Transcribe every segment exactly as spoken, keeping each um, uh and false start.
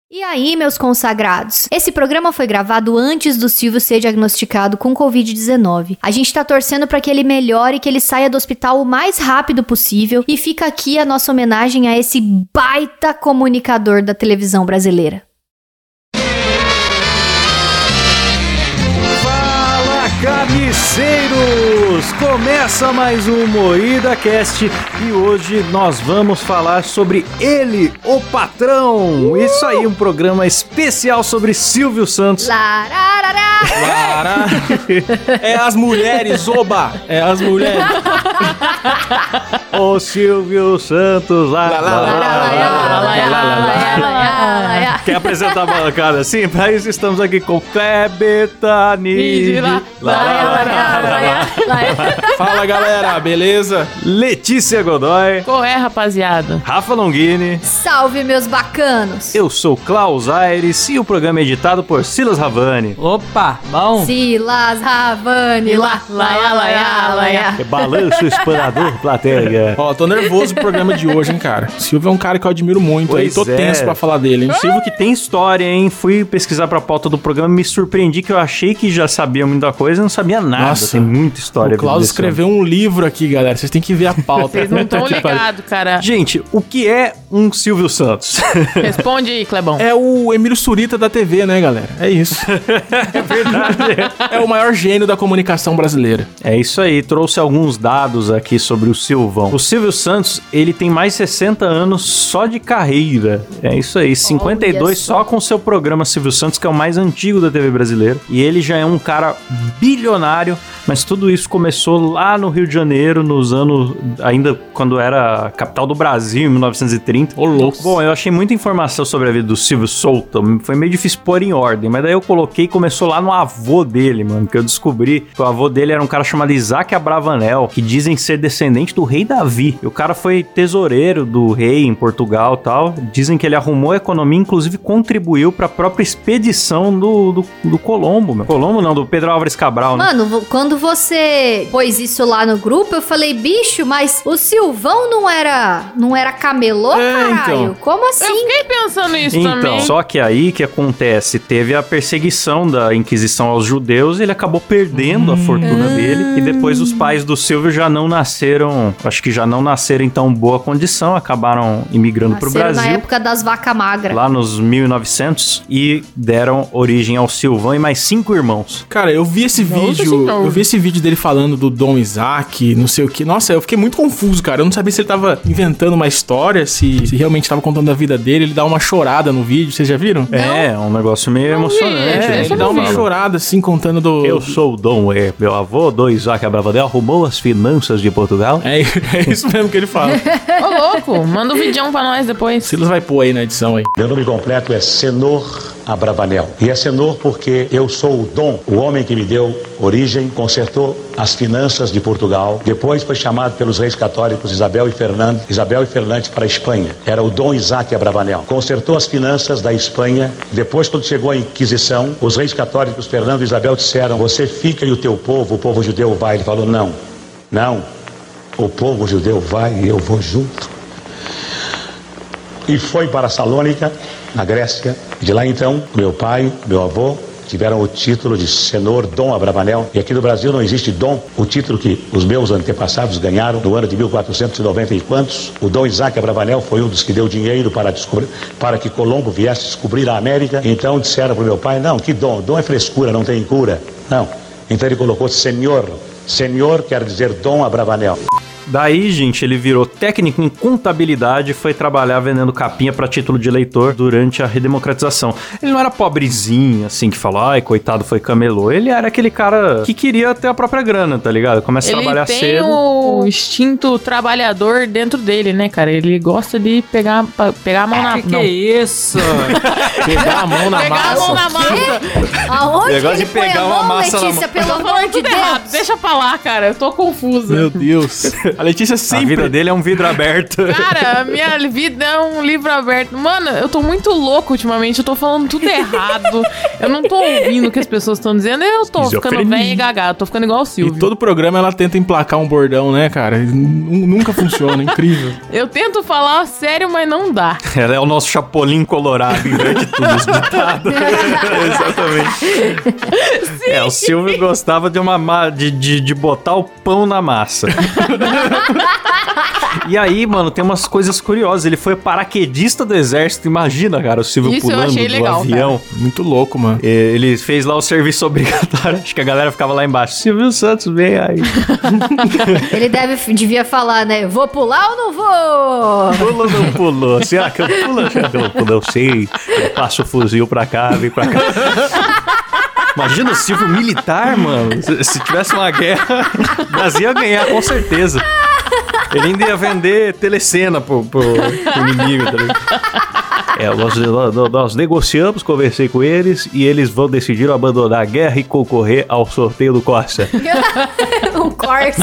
E aí, meus consagrados? Esse programa foi gravado antes do Silvio ser diagnosticado com covid dezenove. A gente tá torcendo pra que ele melhore e que ele saia do hospital o mais rápido possível. E fica aqui a nossa homenagem a esse baita comunicador da televisão brasileira. Carniceiros! Começa mais um Moída Cast e hoje nós vamos falar sobre ele, o patrão. Uh! Isso aí, um programa especial sobre Silvio Santos. Lararará. Lara. É as mulheres, oba! É as mulheres. O Silvio Santos. Lá, lá, lá, lá, lá, lá, lá. Quer apresentar a bancada assim? Para isso estamos aqui com Kleber Tanid. Fala, galera, beleza? Letícia Godoy. Qual é, rapaziada? Rafa Longini. Salve, meus bacanos. Eu sou Klaus Aires e o programa é editado por Silas Ravani. Opa, bom. Silas Ravani. Lá, lá, lá, lá, lá. Balanço explorador, plateia. Ó, tô nervoso pro programa de hoje, hein, cara. Silvio é um cara que eu admiro muito, pois aí tô é. tenso pra falar dele, hein. Silvio que tem história, hein. Fui pesquisar pra pauta do programa, me surpreendi que eu achei que já sabia muita coisa e não sabia nada. Nossa, tem muita história. O Klaus escreveu um livro aqui, galera. Vocês têm que ver a pauta. Vocês não estão ligados, cara. Gente, o que é um Silvio Santos? Responde aí, Clebão. É o Emílio Surita da T V, né, galera? É isso. É verdade. É o maior gênio da comunicação brasileira. É isso aí. Trouxe alguns dados aqui sobre o Silvão. O Silvio Santos, ele tem mais de sessenta anos só de carreira. É isso aí. cinquenta e dois só com o seu programa Silvio Santos, que é o mais antigo da T V brasileira. E ele já é um cara bilionário, mas tudo isso começou lá no Rio de Janeiro, nos anos... ainda quando era capital do Brasil, em mil novecentos e trinta. Ô, louco. Bom, eu achei muita informação sobre a vida do Silvio solta. Foi meio difícil pôr em ordem, mas daí eu coloquei e começou lá no avô dele, mano, que eu descobri que o avô dele era um cara chamado Isaac Abravanel, que dizem ser descendente do rei Davi. E o cara foi tesoureiro do rei em Portugal e tal. Dizem que ele arrumou a economia, inclusive contribuiu pra própria expedição do, do, do Colombo, meu. Colombo não, do Pedro Álvares Cabral, né? Mano, quando você pôs isso lá no grupo, eu falei, bicho, mas o Silvão não era, não era camelô, É, caralho? então. Como assim? Eu fiquei pensando nisso Então, também. só que aí que acontece, teve a perseguição da Inquisição aos judeus, ele acabou perdendo hum. a fortuna dele, e depois os pais do Silvio já não nasceram, acho que já não nasceram em tão boa condição, acabaram imigrando Nasceram pro Brasil. na época das vacas magras. Lá nos mil e novecentos, e deram origem ao Silvão e mais cinco irmãos. Cara, eu vi esse Nossa, vídeo, senhor. eu vi esse vídeo dele falando do Dom Isaac, não sei o que. Nossa, eu fiquei muito confuso, cara. Eu não sabia se ele tava inventando uma história, se, se realmente tava contando a vida dele. Ele dá uma chorada no vídeo, vocês já viram? É, é um negócio meio Não vi, emocionante. é, né? Ele dá uma Fala. chorada, assim, contando do... Eu sou o Dom, é, meu avô, Dom Isaac Abravanel, arrumou as finanças de Portugal. É, é isso mesmo que ele fala. Ô, louco, manda um vídeo pra nós depois. Silas vai pôr aí na edição aí. Meu nome completo é Senor Abravanel. E é Senor porque eu sou o Dom, o homem que me deu origem, consertou as finanças de Portugal. Depois foi chamado pelos reis católicos Isabel e Fernando, Isabel e Fernandes para a Espanha. Era o Dom Isaac Abravanel. Consertou as finanças da Espanha. Depois, quando chegou a Inquisição, os reis católicos Fernando e Isabel disseram: você fica e o teu povo, o povo judeu vai. Ele falou: não, não, o povo judeu vai e eu vou junto. E foi para Salônica, na Grécia. De lá então, meu pai, meu avô tiveram o título de Senhor Dom Abravanel. E aqui no Brasil não existe Dom, o título que os meus antepassados ganharam no ano de mil quatrocentos e noventa e quantos. O Dom Isaac Abravanel foi um dos que deu dinheiro para, descobrir, para que Colombo viesse descobrir a América. Então disseram para o meu pai: não, que dom? Dom é frescura, não tem cura. Não. Então ele colocou Senhor. Senhor quer dizer Dom Abravanel. Daí, gente, ele virou técnico em contabilidade e foi trabalhar vendendo capinha pra título de eleitor durante a redemocratização. Ele não era pobrezinho, assim, que falou, ai, coitado, foi camelô. Ele era aquele cara que queria ter a própria grana, tá ligado? Começa a Ele trabalhar tem cedo. o instinto trabalhador dentro dele, né, cara? Ele gosta de pegar, pa- pegar a mão na... Que que é isso? Pegar a mão na Pegar massa. a mão na massa. Aonde Negócio ele de põe pegar a uma mão, massa na Letícia, mão. pelo Tô amor falando de tudo Deus? errado. Deixa pra lá, cara. Eu tô confusa. Meu Deus. A Letícia sempre... A vida dele é um vidro aberto. Cara, a minha vida é um livro aberto. Mano, eu tô muito louco ultimamente. Eu tô falando tudo errado. Eu não tô ouvindo o que as pessoas estão dizendo. Eu tô ficando velha e gaga. Eu tô ficando igual o Silvio. E todo programa ela tenta emplacar um bordão, né, cara? N- nunca funciona, incrível. Eu tento falar sério, mas não dá. Ela é o nosso Chapolin Colorado, inverte tudo os ditados. Exatamente. Sim. É, o Silvio gostava de, uma ma- de, de, de botar o pão na massa. E aí, mano, tem umas coisas curiosas. Ele foi paraquedista do exército. Imagina, cara, o Silvio Isso pulando eu achei do legal, avião. cara. Muito louco, mano. Ele fez lá o serviço obrigatório. Acho que a galera ficava lá embaixo. Silvio Santos, vem aí. Ele deve, devia falar, né? Vou pular ou não vou? Pula ou não pulou? Será que eu pulo? Será que eu pulo? Eu sei. Eu passo o fuzil pra cá, vem pra cá. Imagina o Silvio militar, mano. Se, se tivesse uma guerra, o Brasil ia ganhar, com certeza. Ele ainda ia vender telecena pro, pro, pro inimigo, tá ligado? É, nós, nós, nós negociamos, conversei com eles e eles vão decidir abandonar a guerra e concorrer ao sorteio do Corsa. O Corsa.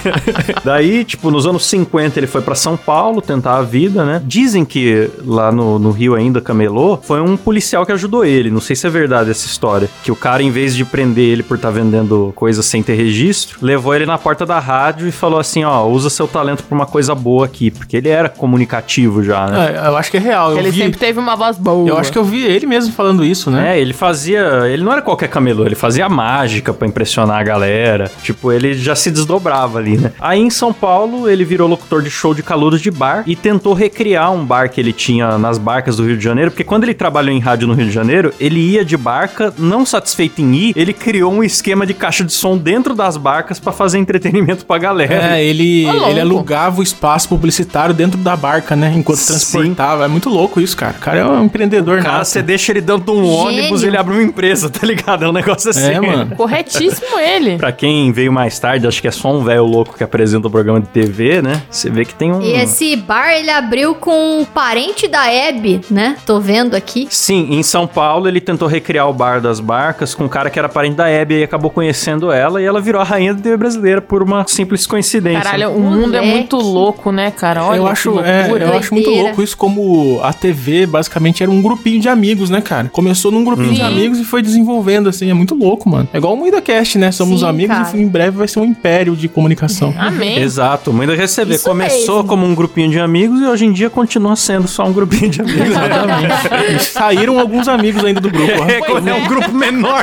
Daí, tipo, nos anos cinquenta ele foi pra São Paulo tentar a vida, né? Dizem que lá no, no Rio ainda camelô, foi um policial que ajudou ele. Não sei se é verdade essa história. Que o cara, em vez de prender ele por estar tá vendendo coisas sem ter registro, levou ele na porta da rádio e falou assim, ó, usa seu talento pra uma coisa boa aqui. Porque ele era comunicativo já, né? É, eu acho que é real. Eu Ele vi... sempre teve uma voz boa. Eu acho que eu vi ele mesmo falando isso, né? É, ele fazia... Ele não era qualquer camelô, ele fazia mágica pra impressionar a galera. Tipo, ele já se desdobrava ali, né? Aí em São Paulo, ele virou locutor de show de calouros de bar e tentou recriar um bar que ele tinha nas barcas do Rio de Janeiro, porque quando ele trabalhou em rádio no Rio de Janeiro, ele ia de barca, não satisfeito em ir, ele criou um esquema de caixa de som dentro das barcas pra fazer entretenimento pra galera. É, ele, Ô, ele alugava o espaço publicitário dentro da barca, né? Enquanto Sim. transportava. É muito louco isso, cara. O cara é um empreendedor, Cara, nato. você deixa ele dentro de um Gênio. ônibus, ele abre uma empresa, tá ligado? É um negócio assim. É, mano. Corretíssimo ele. Pra quem veio mais tarde, acho que é só um velho louco que apresenta o programa de T V, né? Você vê que tem um... E esse bar, ele abriu com um parente da Hebe, né? Tô vendo aqui. Sim, em São Paulo ele tentou recriar o bar das barcas com um cara que era parente da Hebe e acabou conhecendo ela e ela virou a rainha da T V brasileira por uma simples coincidência. Caralho, o mundo é Moleque. muito louco, né, cara? Olha eu que acho, é, loucura. eu acho muito Doideira. louco isso, como a T V basicamente era um grupinho de amigos, né, cara? Começou num grupinho de Sim. amigos e foi desenvolvendo, assim, é muito louco, mano. É igual o MuidaCast, né? Somos Sim, amigos cara. e em breve vai ser um império de comunicação. Amém. Exato, mãe da receber. Isso Começou mesmo. como um grupinho de amigos e hoje em dia continua sendo só um grupinho de amigos. Exatamente. E saíram alguns amigos ainda do grupo. É, quando é um grupo menor.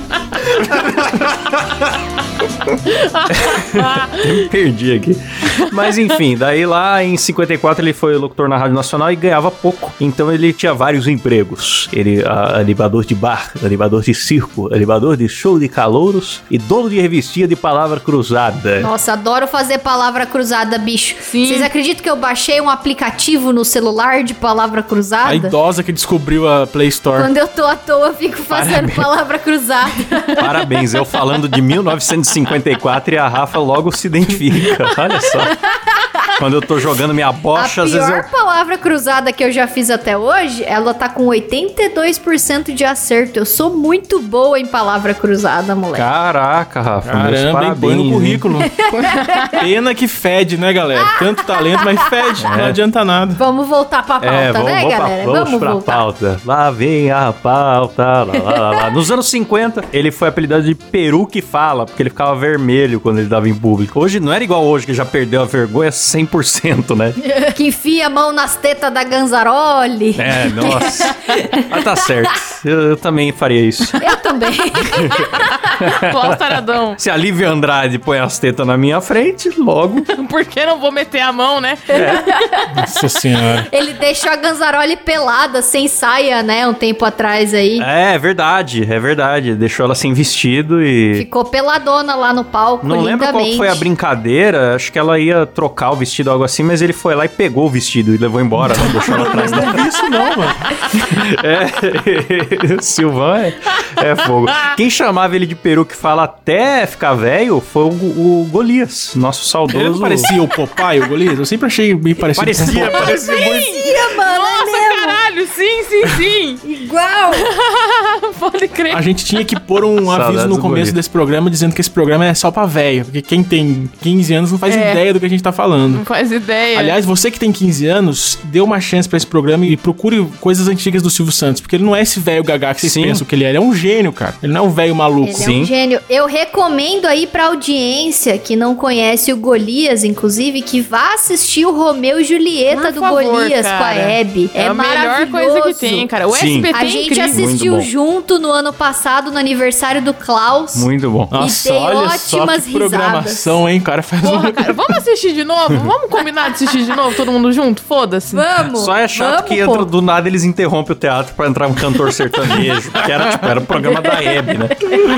Eu me perdi aqui. Mas enfim, daí lá em cinquenta e quatro ele foi locutor na Rádio Nacional e ganhava pouco. Então ele tinha vários empregos. Ele, a, animador de bar, animador de circo, animador de show de calouros e dono de revistinha de palavra cruzada. Nossa, adoro fazer palavra cruzada, bicho. Sim. Vocês acreditam que eu baixei um aplicativo no celular de palavra A cruzada? idosa que descobriu a Play Store. Quando eu tô à toa, eu fico fazendo palavra cruzada. Parabéns, eu falando de mil novecentos e cinquenta e quatro e a Rafa logo se identifica. Olha só. Quando eu tô jogando minha bocha, A às vezes eu... pior palavra cruzada que eu já fiz até hoje, ela tá com oitenta e dois por cento de acerto. Eu sou muito boa em palavra cruzada, moleque. Caraca, Rafa. meus Caramba, hein? Põe no parabéns, hein? currículo. Pena que fede, né, galera? Tanto talento, mas fede. Não adianta nada. Vamos voltar pra pauta, É, vamos, né, vamos, pra, galera? vamos, Vamos pra voltar. pauta. Lá vem a pauta. Lá, lá, lá, lá. Nos anos cinquenta, ele foi apelidado de Peru que fala, porque ele ficava vermelho quando ele dava em público. Hoje não era igual hoje, que já perdeu a vergonha cem por cento, né? Que enfia a mão nas tetas da Ganzaroli. É, nossa. Mas tá certo. Eu, eu também faria isso. Eu também. Atual taradão. Se a Lívia Andrade põe as tetas na minha frente, logo. Por que não vou meter a mão, né? Nossa senhora. Ele deixou a Ganzaroli pelada, sem saia, né? Um tempo atrás aí. É, é verdade, é verdade. Deixou ela sem vestido e. Ficou peladona lá no palco, Não lembro qual lindamente. foi a brincadeira, acho que ela ia trocar o vestido, algo assim, mas ele foi lá e pegou o vestido e levou embora, né? Deixou ela atrás da... Não vi isso não, mano. É, o Silvan é, é fogo. Quem chamava ele de peru que fala até ficar velho foi o, o Golias, nosso saudoso... Ele não parecia o Popeye, o Golias? Eu sempre achei bem parecido Parecia, com o Popeye. parecia muito. Parecia, mano, Nossa, é mesmo. caralho, sim, sim, sim. Igual. Pode crer. A gente tinha que pôr um Saudades aviso no do começo Golias. desse programa dizendo que esse programa é só pra velho. Porque quem tem quinze anos não faz É. ideia do que a gente tá falando. Não faz ideia. Aliás, você que tem quinze anos, dê uma chance pra esse programa e procure coisas antigas do Silvio Santos. Porque ele não é esse velho gagá que vocês Sim. pensam que ele é. Ele é um gênio, cara. Ele não é um velho maluco. Ele é Sim. um gênio. Eu recomendo aí pra audiência que não conhece o Golias, inclusive, que vá assistir o Romeu e Julieta Por do favor, Golias cara. com a Hebe. É, É a melhor maravilhoso. coisa que tem, cara. O Sim. S B T A é gente incrível. assistiu Muito bom. junto no ano passado, no aniversário do Klaus. Muito bom. Nossa, dei olha só ótimas que programação, hein, cara? Faz Porra, um... cara, vamos assistir de novo? Vamos combinar de assistir de novo, todo mundo junto? Foda-se. Vamos! Só é chato vamos, que pô. entra do nada, eles interrompem o teatro pra entrar um cantor sertanejo. Que era, tipo, era o programa da Hebe, né?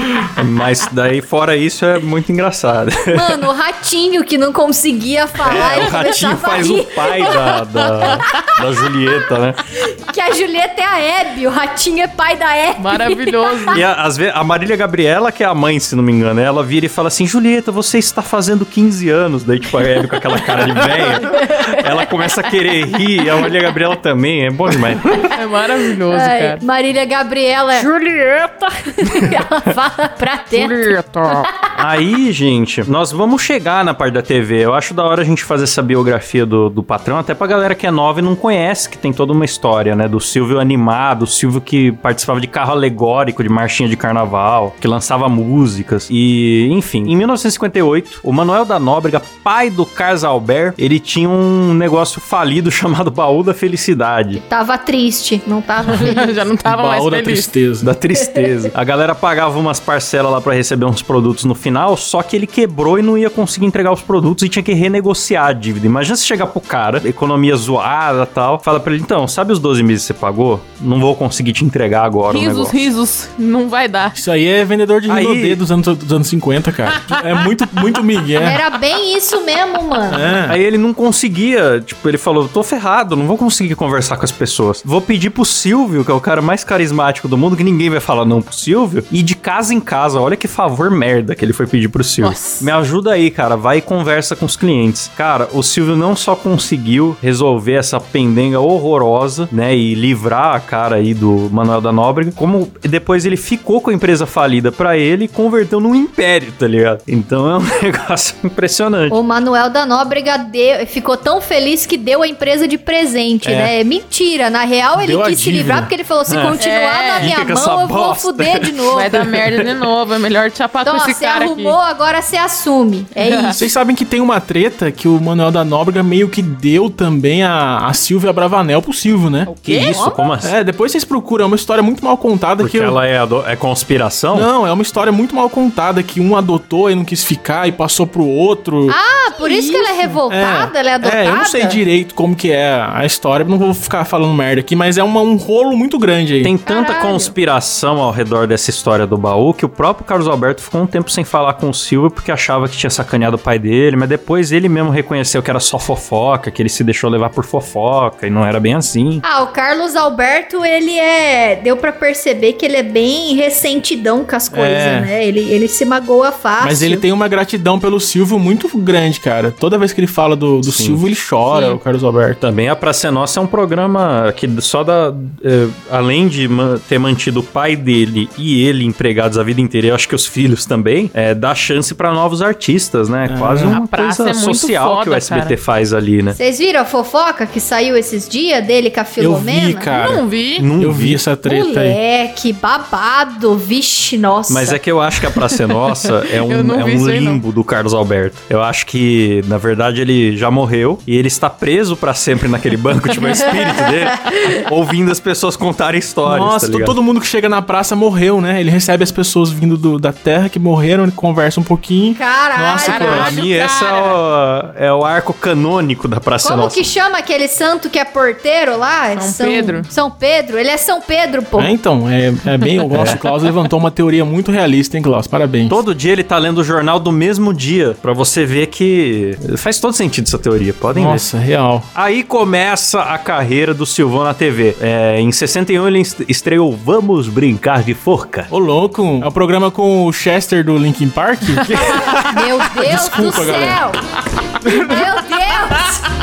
Mas daí, fora isso, é muito engraçado. Mano, o Ratinho que não conseguia falar É, e o Ratinho começava a faz rir. o pai da, da, da Julieta, né? Que a Julieta é a Hebe, o Ratinho é pai da Hebe. Maravilhoso. E a, às vezes, a Marília Gabriela, que é a mãe, se não me engano, ela vira e fala assim: Julieta, você está fazendo quinze anos. Daí, tipo, a Hebe com aquela cara de velha, ela começa a querer rir, e a Marília Gabriela também, é bom demais. É maravilhoso, Ai, cara. Marília Gabriela. Julieta! Ela fala pra teto. Julieta. Aí, gente, nós vamos chegar na parte da T V. Eu acho da hora a gente fazer essa biografia do, do patrão, até pra galera que é nova e não conhece, que tem toda uma história, né? Do Silvio animado, o Silvio que participava de carro alegórico, de marchinha de carnaval, que lançava músicas. E, enfim, em mil novecentos e cinquenta e oito, o Manuel da Nóbrega, pai do Carlos Albert, ele tinha um negócio falido chamado Baú da Felicidade. Tava triste, não tava feliz. Já não tava mais Baú da feliz. tristeza. Da tristeza. A galera pagava umas parcelas lá pra receber uns produtos no final, só que ele quebrou e não ia conseguir entregar os produtos e tinha que renegociar a dívida. Imagina se chegar pro cara, economia zoada e tal, fala pra ele: então, sabe os doze meses que você pagou? Não vou conseguir te entregar agora o Risos, negócio. risos. Não vai dar. Isso aí é vendedor de Aí- Rinodê dos anos, dos anos cinquenta, cara. É muito, muito migué. Era bem isso mesmo, mano. É. Aí ele não conseguia, tipo, ele falou: tô ferrado, não vou conseguir conversar com as pessoas. Vou pedir pro Silvio, que é o cara mais carismático do mundo, que ninguém vai falar não pro Silvio, e de casa em casa, olha que favor merda que ele foi pedir pro Silvio. Nossa. Me ajuda aí, cara, vai e conversa com os clientes. Cara, o Silvio não só conseguiu resolver essa pendenga horrorosa, né, e livrar a cara aí do Manuel da Nóbrega, como depois ele ficou com a empresa falida pra ele e converteu num império, tá ligado? Então é um negócio impressionante. O Manuel da Nóbrega deu, ficou tão feliz que deu a empresa de presente, É. né? Mentira, na real ele Deu a quis se dívida. livrar porque ele falou: se É. continuar É. na minha Fica com essa mão, eu vou bosta. fuder de novo. Vai dar merda de novo. É melhor te chapar Então, com ó, esse você cara arrumou, aqui. agora você assume. É isso. Vocês sabem que tem uma treta que o Manuel da Nóbrega meio que deu também a, a Silvia Bravanel pro Silvio, né? Que isso? Como assim? É, depois vocês procuram, é uma história muito mal contada Porque que... eu- ela é, ado- é conspiração? Não, é uma história muito mal contada que um adotou e não quis ficar e passou pro outro. Ah, por isso, que ela é revoltada, ela é adotada? É, eu não sei direito como que é a história, não vou ficar falando merda aqui, mas é uma- um rolo muito grande aí. Tem tanta Caralho. conspiração ao redor dessa história do baú que o próprio Carlos Alberto ficou um tempo sem falar com o Silvio porque achava que tinha sacaneado o pai dele, mas depois ele mesmo reconheceu que era só fofoca, que ele se deixou levar por fofoca e não era bem assim. Ah, o Carlos Alberto, ele é... Deu pra perceber que ele é bem ressentidão com as coisas, É. né? Ele, ele se magoa fácil. Mas ele tem uma gratidão pelo Silvio muito grande, cara. Toda vez que ele fala do, do Sim. Silvio, ele chora, Sim. o Carlos Alberto. Também a Praça é Nossa é um programa que só dá, é, além de ma- ter mantido o pai dele e ele empregados a vida inteira, eu acho que os filhos também, é, dá chance pra novos artistas, né? É. Quase uma A praça coisa é muito social que o foda, S B T cara. faz ali, né? Vocês viram a fofoca que saiu esses dias dele com a Eu Filomena? vi, cara. Não vi. Não Eu vi essa treta aí. Moleque, babado, vixe, nossa. Mas é que eu acho que a Praça é Nossa é um, Eu não é vi um isso aí, não. limbo do Carlos Alberto. Eu acho que, na verdade, ele já morreu e ele está preso pra sempre naquele banco, tipo, o espírito dele, ouvindo as pessoas contarem histórias. Nossa, tá to- ligado? todo mundo que chega na praça morreu, né? Ele recebe as pessoas vindo do- da terra que morreram, ele conversa um pouquinho. Caralho. Nossa, Pra Caralho, mim, esse é o, é o arco canônico da Praça Como Nossa. que chama aquele santo que é porteiro lá? São Pedro. São Pedro. Ele é São Pedro, pô. É, então, é, é bem. O nosso Klaus levantou uma teoria muito realista, hein, Klaus? Parabéns. Todo dia ele tá lendo o jornal do mesmo dia, pra você ver que faz todo sentido essa teoria, podem ver. Nossa, real. Aí começa a carreira do Silvão na T V. É, em sessenta e um ele est- estreou Vamos Brincar de Forca. Ô, louco, é o programa com o Chester do Linkin Park? Meu Deus Desculpa, do céu. Meu Deus.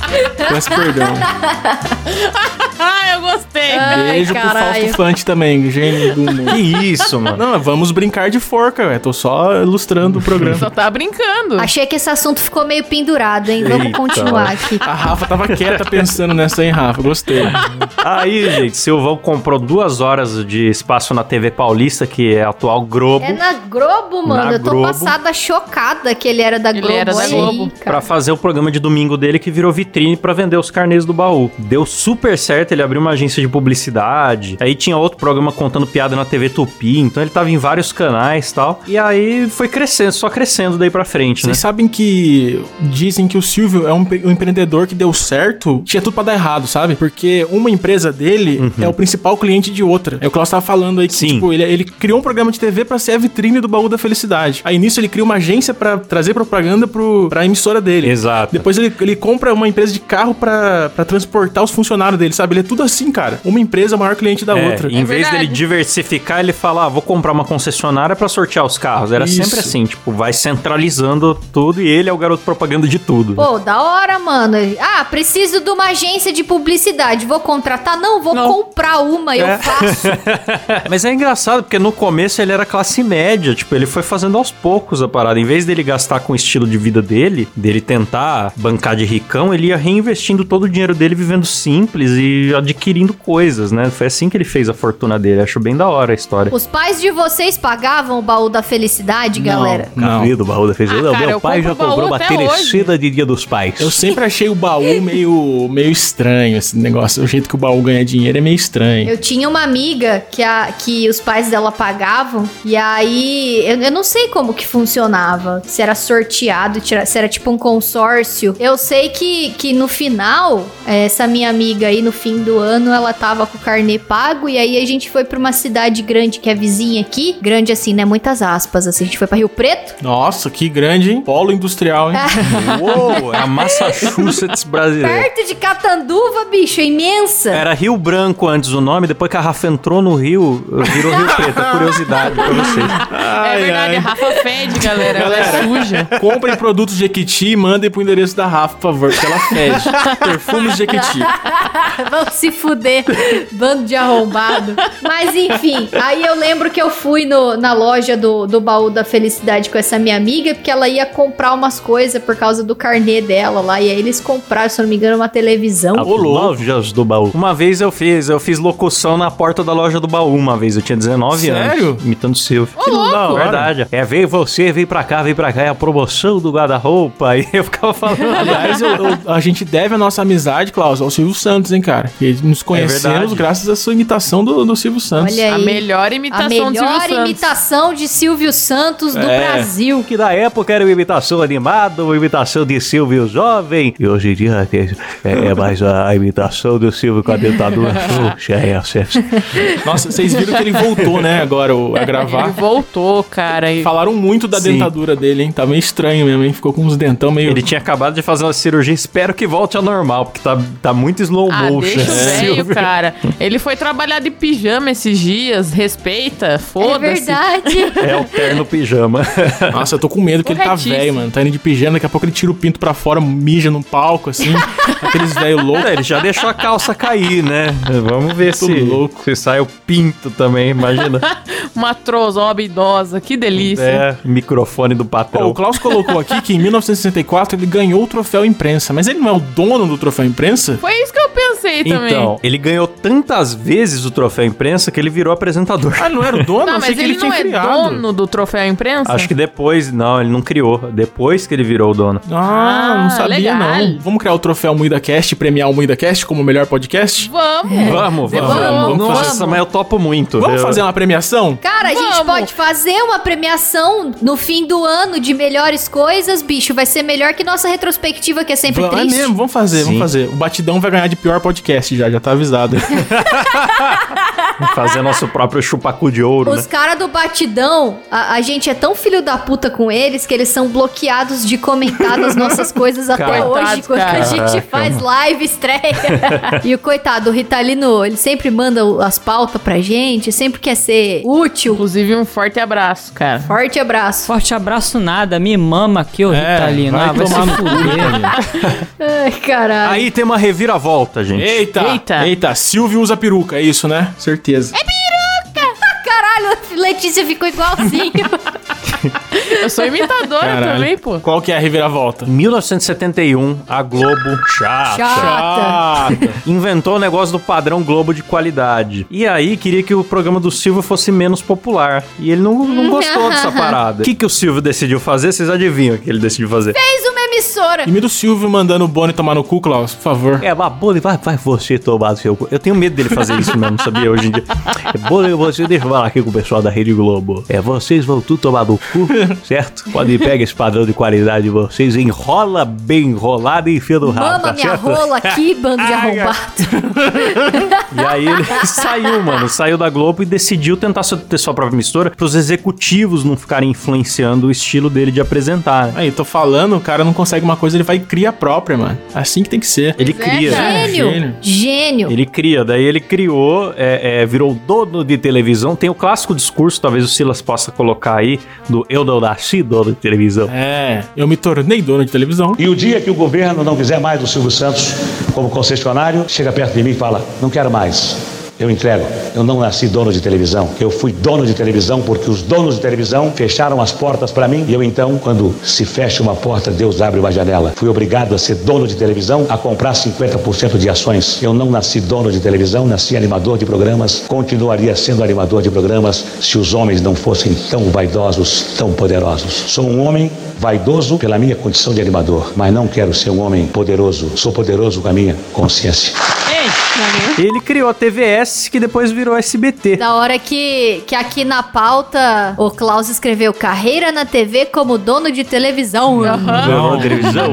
Peço perdão. Ah, eu gostei. Ai, Beijo pro caralho. Fausto Fante também, gênio do humor. Que isso, mano. Não, vamos brincar de forca, velho. Tô só ilustrando o programa. Só tá brincando. Achei que esse assunto ficou meio pendurado, hein? Vamos Eita. continuar aqui. A Rafa tava quieta pensando nessa, hein, Rafa? Gostei. Aí, gente, Silvão comprou duas horas de espaço na T V Paulista, que é a atual Globo, É na Globo, mano. Na eu tô Globo. passada chocada que ele era da Ele Globo. era da Olha Globo. aí, pra cara. fazer o programa de domingo dele, que virou vitrine pra vender os carnês do baú. Deu super certo, ele abriu uma agência de publicidade, aí tinha outro programa contando piada na T V Tupi, então ele tava em vários canais e tal, e aí foi crescendo, só crescendo daí pra frente, né? Vocês sabem que dizem que o Silvio é um, um empreendedor que deu certo, tinha tudo pra dar errado, sabe? Porque uma empresa dele é o principal cliente de outra. É o que nós tava falando aí, que Sim. tipo, ele, ele criou um programa de T V pra ser a vitrine do Baú da Felicidade. Aí nisso ele cria uma agência pra trazer propaganda pro, pra emissora dele. Exato. Depois ele, ele compra uma empresa de carro pra, pra transportar os funcionários dele, sabe? Ele é tudo assim, cara. Uma empresa é o maior cliente da É, outra. em vez verdade. dele diversificar, ele fala, ah, vou comprar uma concessionária pra sortear os carros. Era Isso. sempre assim, tipo, vai centralizando tudo e ele é o garoto propaganda de tudo. Pô, da hora, mano. Ah, preciso de uma agência de publicidade. Vou contratar? Não, vou Não. comprar uma, eu É. faço. Mas é engraçado, porque no começo ele era classe média, tipo, ele foi fazendo aos poucos a parada. Em vez dele gastar com o estilo de vida dele, dele tentar bancar de ricão, ele ia reinvestindo todo o dinheiro dele vivendo simples e adquirindo coisas, né? Foi assim que ele fez a fortuna dele. Acho bem da hora a história. Os pais de vocês pagavam o baú da felicidade, galera? Não. do baú da felicidade. Ah, cara, eu compro baú até hoje. de Dia dos Pais. Eu sempre achei o baú meio, meio estranho, esse negócio. O jeito que o baú ganha dinheiro é meio estranho. Eu tinha uma amiga que, a, que os pais dela pagavam, e aí eu, eu não sei como que funcionava, se era sorteado, tira- se era tipo um consórcio. Eu sei que, que no final, essa minha amiga aí, no fim do ano, ela tava com o carnê pago, e aí a gente foi pra uma cidade grande que é vizinha aqui, grande assim, né, muitas aspas, assim, a gente foi pra Rio Preto. Nossa, que grande, hein? Polo industrial, hein? Uou, é a Massachusetts brasileira. Perto de Catanduva, bicho, é imensa. Era Rio Branco antes o nome, depois que a Rafa entrou no Rio, virou Rio Preto. É curiosidade pra vocês. É verdade, a Rafa fede, galera. Ela é suja. Comprem produtos Jequiti e mandem pro endereço da Rafa, por favor, porque ela fede. Perfumes Jequiti. Vão se fuder, bando de arrombado. Mas enfim, aí eu lembro que eu fui no, na loja do, do baú da felicidade com essa minha amiga, porque ela ia comprar umas coisas por causa do carnê dela lá. E aí eles compraram, se eu não me engano, uma televisão. As lojas do baú. Uma vez eu fiz, eu fiz locução na porta da loja do baú uma vez. Eu tinha dezenove anos. Sério? Imitando o Silvio. Que da hora. Verdade. É, veio você, veio pra cá, veio pra cá. É a promoção do guarda-roupa. Aí eu ficava falando. Aliás, eu- eu- a gente deve a nossa amizade, Klaus, ao Silvio Santos, hein, cara? Que nos conhecemos verdade. graças à sua imitação do, do Silvio Santos. Olha A aí. melhor A imitação de Silvio melhor Santos. imitação de Silvio Santos do É. Brasil. Que na época era uma imitação animada, uma imitação de Silvio jovem. E hoje em dia é, é mais a, a imitação do Silvio com a dentadura. Puxa, é acesso. Nossa, vocês viram que ele voltou, né, agora o- a Ele gravar. voltou, cara. E... Falaram muito da Sim. dentadura dele, hein? Tá meio estranho mesmo, hein? Ficou com uns dentão meio... Ele tinha acabado de fazer uma cirurgia, espero que volte ao normal, porque tá, tá muito slow Ah, motion. deixa o velho, Silvio. cara. Ele foi trabalhar de pijama esses dias. Respeita, É foda-se. verdade. É o terno pijama. Nossa, eu tô com medo que ele tá Corretíssimo. velho, mano. Tá indo de pijama, daqui a pouco ele tira o pinto pra fora, mija no palco, assim. Aqueles velho loucos. É, ele já deixou a calça cair, né? Vamos ver Tudo se, louco. se sai o pinto também, imagina. Uma trozoba idosa, que delícia. É, microfone do Ó, patrão. o Klaus colocou aqui que em mil novecentos e sessenta e quatro ele ganhou o troféu imprensa. Mas ele não é o dono do troféu imprensa? Foi isso que eu pensei também. Então, ele ganhou tantas vezes o troféu imprensa que ele virou apresentador. Ah, ele não era o dono? Tá, Eu achei mas que ele, ele tinha não é criado. dono do troféu imprensa? Acho que depois, não, ele não criou. Depois que ele virou o dono. Ah, não Ah, sabia legal. não. Vamos criar o troféu MuidaCast e premiar o MuidaCast como o melhor podcast? Vamos. Vamos, vamos. Vamos, Nossa, vamos. mas eu topo muito. Vamos Eu- fazer uma premiação? Cara, a gente Vamos. pode fazer uma premiação no fim do ano de melhores coisas, bicho. Vai ser melhor que nossa retrospectiva, que é sempre Vamos- é triste. mesmo, vamos fazer, Sim. vamos fazer. O Batidão vai ganhar de pior podcast já, já tá avisado. Fazer nosso próprio chupacu de ouro, Os né? caras do Batidão, a, a gente é tão filho da puta com eles que eles são bloqueados de comentar das nossas coisas até Cara, hoje, quando cara. a gente Caraca, faz mano. live, estreia. E o coitado, o Ritalino, ele sempre manda o- as pautas pra gente, sempre quer ser útil. Inclusive, um forte abraço, cara. Forte abraço. Forte abraço nada, me mama aqui, ô É, Ritalino. vai Ah, vai se tomar no cu, fuder. Ai, caralho. Aí tem uma reviravolta, gente. Eita, Eita. eita, Silvio usa peruca, é isso, né? Certeza. Caralho, Letícia ficou igualzinho. Eu sou imitadora Caralho. também, pô. Qual que é a reviravolta? Em mil novecentos e setenta e um, a Globo, chata, Chata. inventou o negócio do padrão Globo de qualidade. E aí queria que o programa do Silvio fosse menos popular. E ele não, não gostou dessa parada. O que, que o Silvio decidiu fazer? Vocês adivinham o que ele decidiu fazer? Fez uma emissora. Imita o Silvio mandando o Boni tomar no cu, Klaus, por favor. É, mas Boni, vai, vai você tomar no seu cu. Eu tenho medo dele fazer isso mesmo, sabia? Hoje em dia. Boni, você deixa eu falar aqui com o pessoal da Rede Globo. É, vocês vão tudo tomar no cu, certo? Quando ele pega esse padrão de qualidade de vocês, enrola bem enrolado e enfia no rabo, Mama tá minha certo? rola aqui, bando de Ai, arrombado. E aí ele saiu, mano, saiu da Globo e decidiu tentar ter sua própria emissora pros executivos não ficarem influenciando o estilo dele de apresentar, né? Aí, tô falando, o cara não consegue uma coisa, ele vai e cria a própria, mano. Assim que tem que ser. Ele cria. cara. Gênio. gênio. Gênio. Ele cria, daí ele criou, é, é, virou dono de televisão. Tem o clássico discurso, talvez o Silas possa colocar aí, do eu não nasci dono de televisão. É, eu me tornei dono de televisão. E o dia que o governo não quiser mais do Silvio Santos como concessionário, chega perto de mim e fala, não quero mais. Eu entrego. Eu não nasci dono de televisão. Eu fui dono de televisão porque os donos de televisão fecharam as portas para mim. E eu então, quando se fecha uma porta, Deus abre uma janela. Fui obrigado a ser dono de televisão, a comprar cinquenta por cento de ações. Eu não nasci dono de televisão, nasci animador de programas. Continuaria sendo animador de programas se os homens não fossem tão vaidosos, tão poderosos. Sou um homem vaidoso pela minha condição de animador, mas não quero ser um homem poderoso. Sou poderoso com a minha consciência. Ele criou a T V S, que depois virou S B T. Da hora que, que aqui na pauta o Klaus escreveu carreira na T V como dono de televisão. Dono de televisão.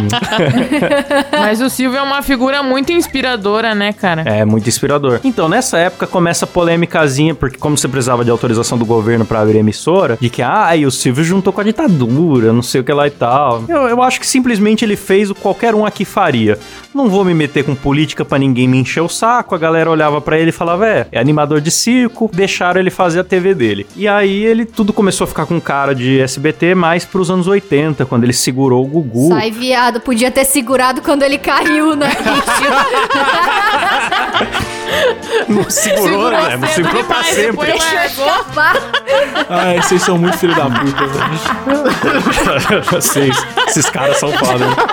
Mas o Silvio é uma figura muito inspiradora, né, cara? É, muito inspirador. Então, nessa época começa a polêmicazinha, porque como você precisava de autorização do governo pra abrir emissora, de que, ah, e o Silvio juntou com a ditadura, não sei o que lá e tal. Eu, eu acho que simplesmente ele fez o que qualquer um aqui faria. Não vou me meter com política pra ninguém me encher o saco. A galera olhava pra ele e falava, é, é animador de circo, deixaram ele fazer a T V dele. E aí ele tudo começou a ficar com cara de S B T mais pros anos oitenta, quando ele segurou o Gugu. Sai, viado. Podia ter segurado quando ele caiu, né? Não segurou, né? Não segurou pra demais, sempre. depois Deixa eu largou. escapar. Ai, vocês são muito filho da puta, velho. Vocês, esses caras são foda, né?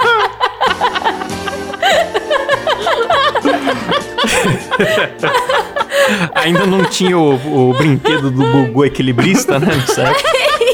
Ainda não tinha o, o brinquedo do Gugu equilibrista, né? Nessa época.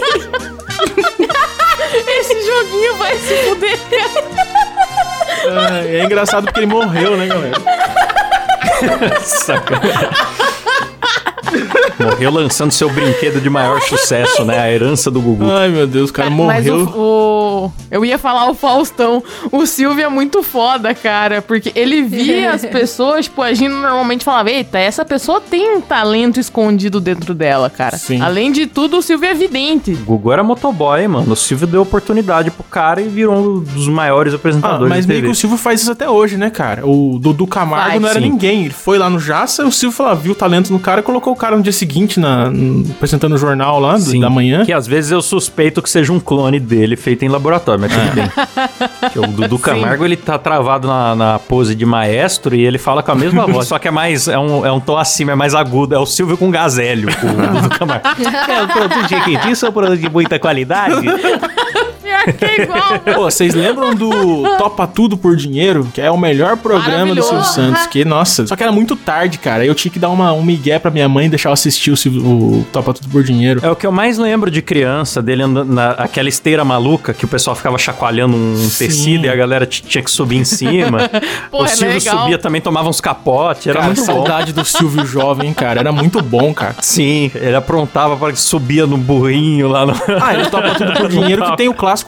Esse joguinho vai se fuder. Ai, é engraçado porque ele morreu, né, galera? Sacanagem. Morreu lançando seu brinquedo de maior sucesso, né? A herança do Gugu. Ai, meu Deus, o cara Mas morreu. o, o- Eu ia falar o Faustão. O Silvio é muito foda, cara. Porque ele via as pessoas, tipo, agindo normalmente e falava: eita, essa pessoa tem um talento escondido dentro dela, cara. Sim. Além de tudo, o Silvio é vidente. O Gugu era motoboy, mano. O Silvio deu oportunidade pro cara e virou um dos maiores Ah, apresentadores mas de meio T V. que o Silvio faz isso até hoje, né, cara? O Dudu Camargo Faz, não era sim. ninguém. Ele foi lá no Jaça, o Silvio falou, viu o talento no cara e colocou o cara no dia seguinte, na, no- apresentando o jornal lá do- Sim, da manhã. Que às vezes eu suspeito que seja um clone dele feito em laboratório, mas tudo bem. Que o Dudu Camargo, ele tá travado na, na pose de maestro e ele fala com a mesma voz, só que é mais, é um, é um tom acima, é mais agudo. É o Silvio com Gazélio, o Dudu Camargo. É um produto jequitinho, um produto de muita qualidade. Pior que é igual, mano. Pô, vocês lembram do Topa Tudo por Dinheiro? Que é o melhor programa do Silvio Maravilhoso. Santos. Que, nossa, só que era muito tarde, cara. Eu tinha que dar uma, um migué pra minha mãe e deixar eu assistir o, Silvio- o Topa Tudo por Dinheiro. É o que eu mais lembro de criança, dele andando naquela esteira maluca que o pessoal ficava chacoalhando um Sim. tecido e a galera t- tinha que subir em cima. Pô, o é Silvio legal. subia também, tomava uns capotes, era Cara, muito bom. saudade do Silvio jovem, cara. Era muito bom, cara. Sim, ele aprontava para que subia no burrinho lá no... Ah, ele Topa Tudo por Dinheiro que tem o clássico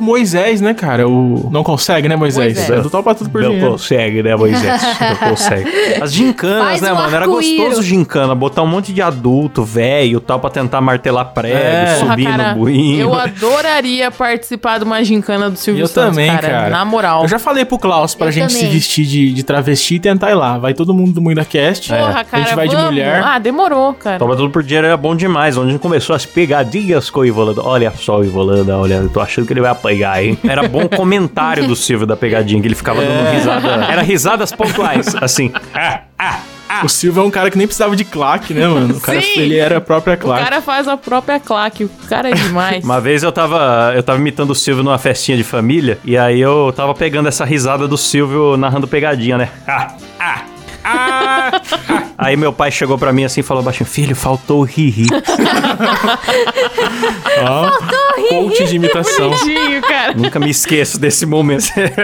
Moisés, né, cara? O... Não consegue, né, Moisés? Moisés. É do Topa Tudo por Não Dinheiro. consegue, né, Moisés? Não consegue. As gincanas, Faz né, um mano? Era arco-íris. gostoso gincana. Botar um monte de adulto, velho, tal, pra tentar martelar prego, É. subir Porra, cara, no buinho. eu adoraria participar de uma gincana do Silvio Eu Santos, também, cara, cara. na moral. Eu já falei pro Klaus pra Eu gente também. se vestir de, de travesti e tentar ir lá. Vai todo mundo do MuidaCast. Porra, A cara, gente vai de vamos. mulher. Ah, demorou, cara. Toma tudo por dinheiro era bom demais. Onde a gente começou as pegadinhas com o Ivolanda. Olha só o Ivolanda, olha, eu tô achando que ele vai apanhar, hein? Era bom o comentário do Silvio da pegadinha, que ele ficava dando risada. Era risadas pontuais, assim. Ah, ah, ah. O Silvio é um cara que nem precisava de claque, né, mano? O cara, Sim. ele era a própria O claque. cara faz a própria claque. O cara é demais. Uma vez eu tava, eu tava imitando o Silvio numa festinha de família, e aí eu tava pegando essa risada do Silvio narrando pegadinha, né? Ah, ah. Ah, ah. Aí meu pai chegou pra mim assim e falou baixinho: filho, faltou o ri-ri. Ó, coach de imitação. Bonitinho, cara. Nunca me esqueço desse momento.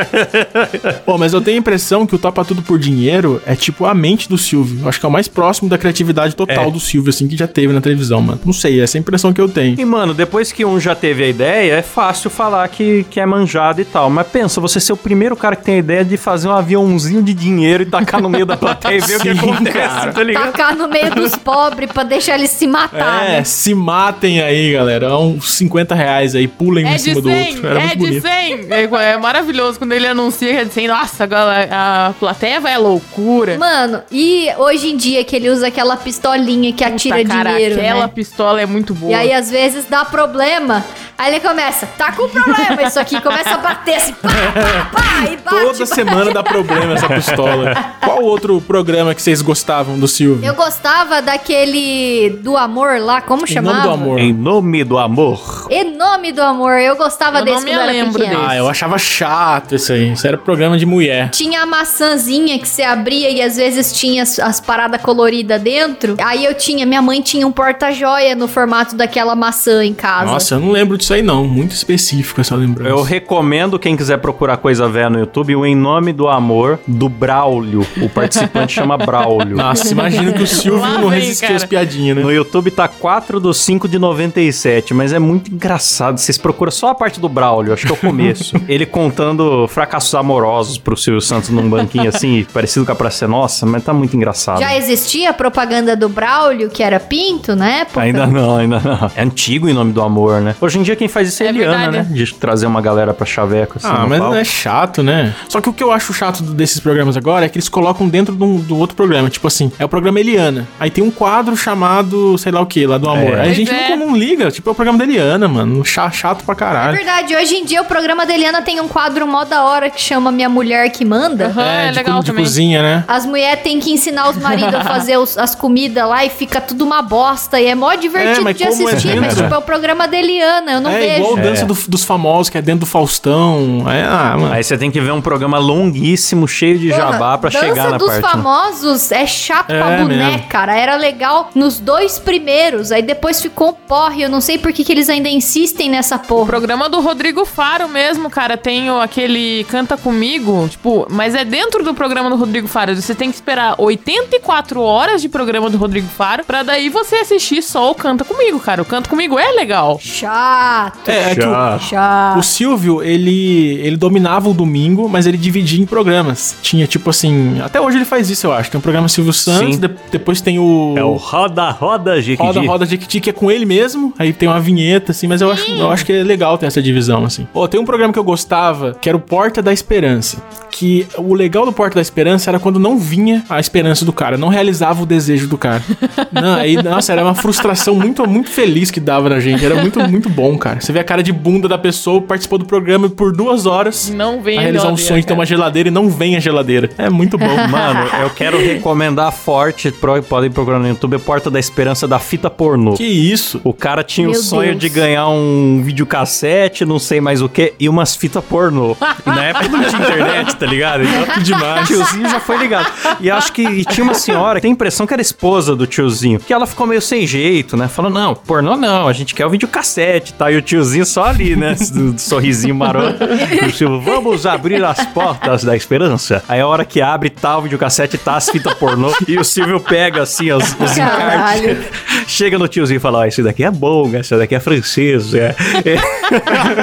Pô, mas eu tenho a impressão que o Topa Tudo por Dinheiro é tipo a mente do Silvio. Eu acho que é o mais próximo da criatividade total É. do Silvio, assim, que já teve na televisão, mano. Não sei, essa é a impressão que eu tenho. E, mano, depois que um já teve a ideia, é fácil falar que, que é manjado e tal. Mas pensa, você ser o primeiro cara que tem a ideia de fazer um aviãozinho de dinheiro e tacar no meio da plateia e ver o que Sim, acontece, cara. tá ligado? Tacar no meio dos pobres pra deixar eles se matar, É, né? se matem aí, galera. É uns cinquenta reais aí, pulem um É em de cima do cem, outro. Era é muito de bonito. cem. É, é maravilhoso quando ele anuncia que é de cem. Nossa, agora a plateia vai à loucura. Mano, e hoje em dia que ele usa aquela pistolinha que atira Puta, cara, dinheiro, aquela né? pistola é muito boa. E aí, às vezes, dá problema. Aí ele começa, tá com problema isso aqui. Começa a bater assim, pá, pá, pá, e bate. Toda bate. semana dá problema essa pistola. Qual outro programa que vocês gostavam do Silvio? Eu gostava daquele do amor lá, como Em chamava? nome do amor. Em nome do amor. Em nome do amor. Eu gostava Eu desse não me quando eu era lembro pequena. desse. Ah, eu achava chato isso aí. Isso era programa de mulher. Tinha a maçãzinha que você abria e às vezes tinha as, as paradas coloridas dentro. Aí eu tinha, minha mãe tinha um porta-joia no formato daquela maçã em casa. Nossa, eu não lembro disso aí não. Muito específico essa lembrança. Eu recomendo, quem quiser procurar coisa velha no YouTube, o Em Nome do Amor, do Braulio. O participante chama Braulio. Nossa, imagino que o Silvio Lá não vem, resistiu cara. às piadinhas, né? No YouTube tá quatro do cinco de noventa e sete, mas é muito engraçado. Vocês procuram só a parte do Braulio, acho que é o começo. Ele contando fracassos amorosos pro Silvio Santos num banquinho assim, parecido com a Praça é Nossa, mas tá muito engraçado. Já existia a propaganda do Braulio, que era pinto na época? Ainda não, ainda não. É antigo Em Nome do Amor, né? Hoje em dia quem faz isso é, É Eliana, verdade. né? De trazer uma galera pra chaveco assim. Ah, no mas palco. não é chato, né? Só que o que eu acho chato desses programas agora é que eles colocam dentro do, do outro programa. Tipo assim, é o programa Eliana. Aí tem um quadro chamado, sei lá o que, lá do amor. É. Aí a gente Pois é. não, não liga. Tipo, é o programa da Eliana, mano. Chato, chato pra É caralho. verdade, hoje em dia o programa da Eliana tem um quadro mó da hora que chama Minha Mulher que Manda. Aham, é, de, legal de também. cozinha, né? As mulheres têm que ensinar os maridos a fazer os- as comidas lá e fica tudo uma bosta. E é mó divertido mas de como é assistir, dentro? mas tipo, é o programa da Eliana, eu não é vejo. igual dança do- dos famosos, que é dentro do Faustão. É, ah, mano. Aí você tem que ver um programa longuíssimo, cheio de Porra, jabá pra dança chegar na dos parte. né? famosos é chato É pra boné, mesmo. cara. Era legal nos dois primeiros, aí depois ficou um porre. Eu não sei por que, que eles ainda insistem nessa O porra. programa do Rodrigo Faro mesmo, cara, tem o- aquele Canta Comigo, tipo, mas é dentro do programa do Rodrigo Faro. Você tem que esperar oitenta e quatro horas de programa do Rodrigo Faro pra daí você assistir só o Canta Comigo, cara. O Canta Comigo é legal. Chato. É, é que o, Já. Chato. o Silvio, ele, ele dominava o domingo, mas ele dividia em programas. Tinha, tipo assim... Até hoje ele faz isso, eu acho. Tem o programa Silvio Santos, Sim. de- depois tem o... É o Roda Roda Jequiti. Roda Roda Jequiti, que é com ele mesmo. Aí tem uma vinheta, assim, mas eu acho, eu acho que é legal ter essa divisão, assim. Ó, tem um programa que eu gostava, que era o Porta da Esperança. Que o legal do Porta da Esperança era quando não vinha a esperança do cara, não realizava o desejo do cara. Não, aí, nossa, era uma frustração muito, muito feliz que dava na gente. Era muito, muito bom, cara. Você vê a cara de bunda da pessoa, participou do programa por duas horas. Não vem Pra a realizar um geladeira, sonho de ter cara. uma geladeira e não vem a geladeira. É muito bom. Mano, eu quero recomendar forte, pro- podem procurar no YouTube, Porta da Esperança da fita pornô. Que isso? O cara tinha Meu o sonho Deus. de ganhar um videocassete, não sei mais o que, e umas fitas pornô. E na época não tinha internet, tá ligado? Então, demais. O tiozinho já foi ligado. E acho que e tinha uma senhora, tem a impressão que era esposa do tiozinho, que ela ficou meio sem jeito, né? Falou, não, pornô não, a gente quer o videocassete, tá? E o tiozinho só ali, né? Do sorrisinho maroto. E o Silvio, vamos abrir as portas da esperança. Aí a hora que abre, tá o videocassete, tá as fitas pornô, e o Silvio pega, assim, os, os Caralho. encartes. Chega no tiozinho e fala, ó, esse daqui é bom, esse daqui é francês, é. É.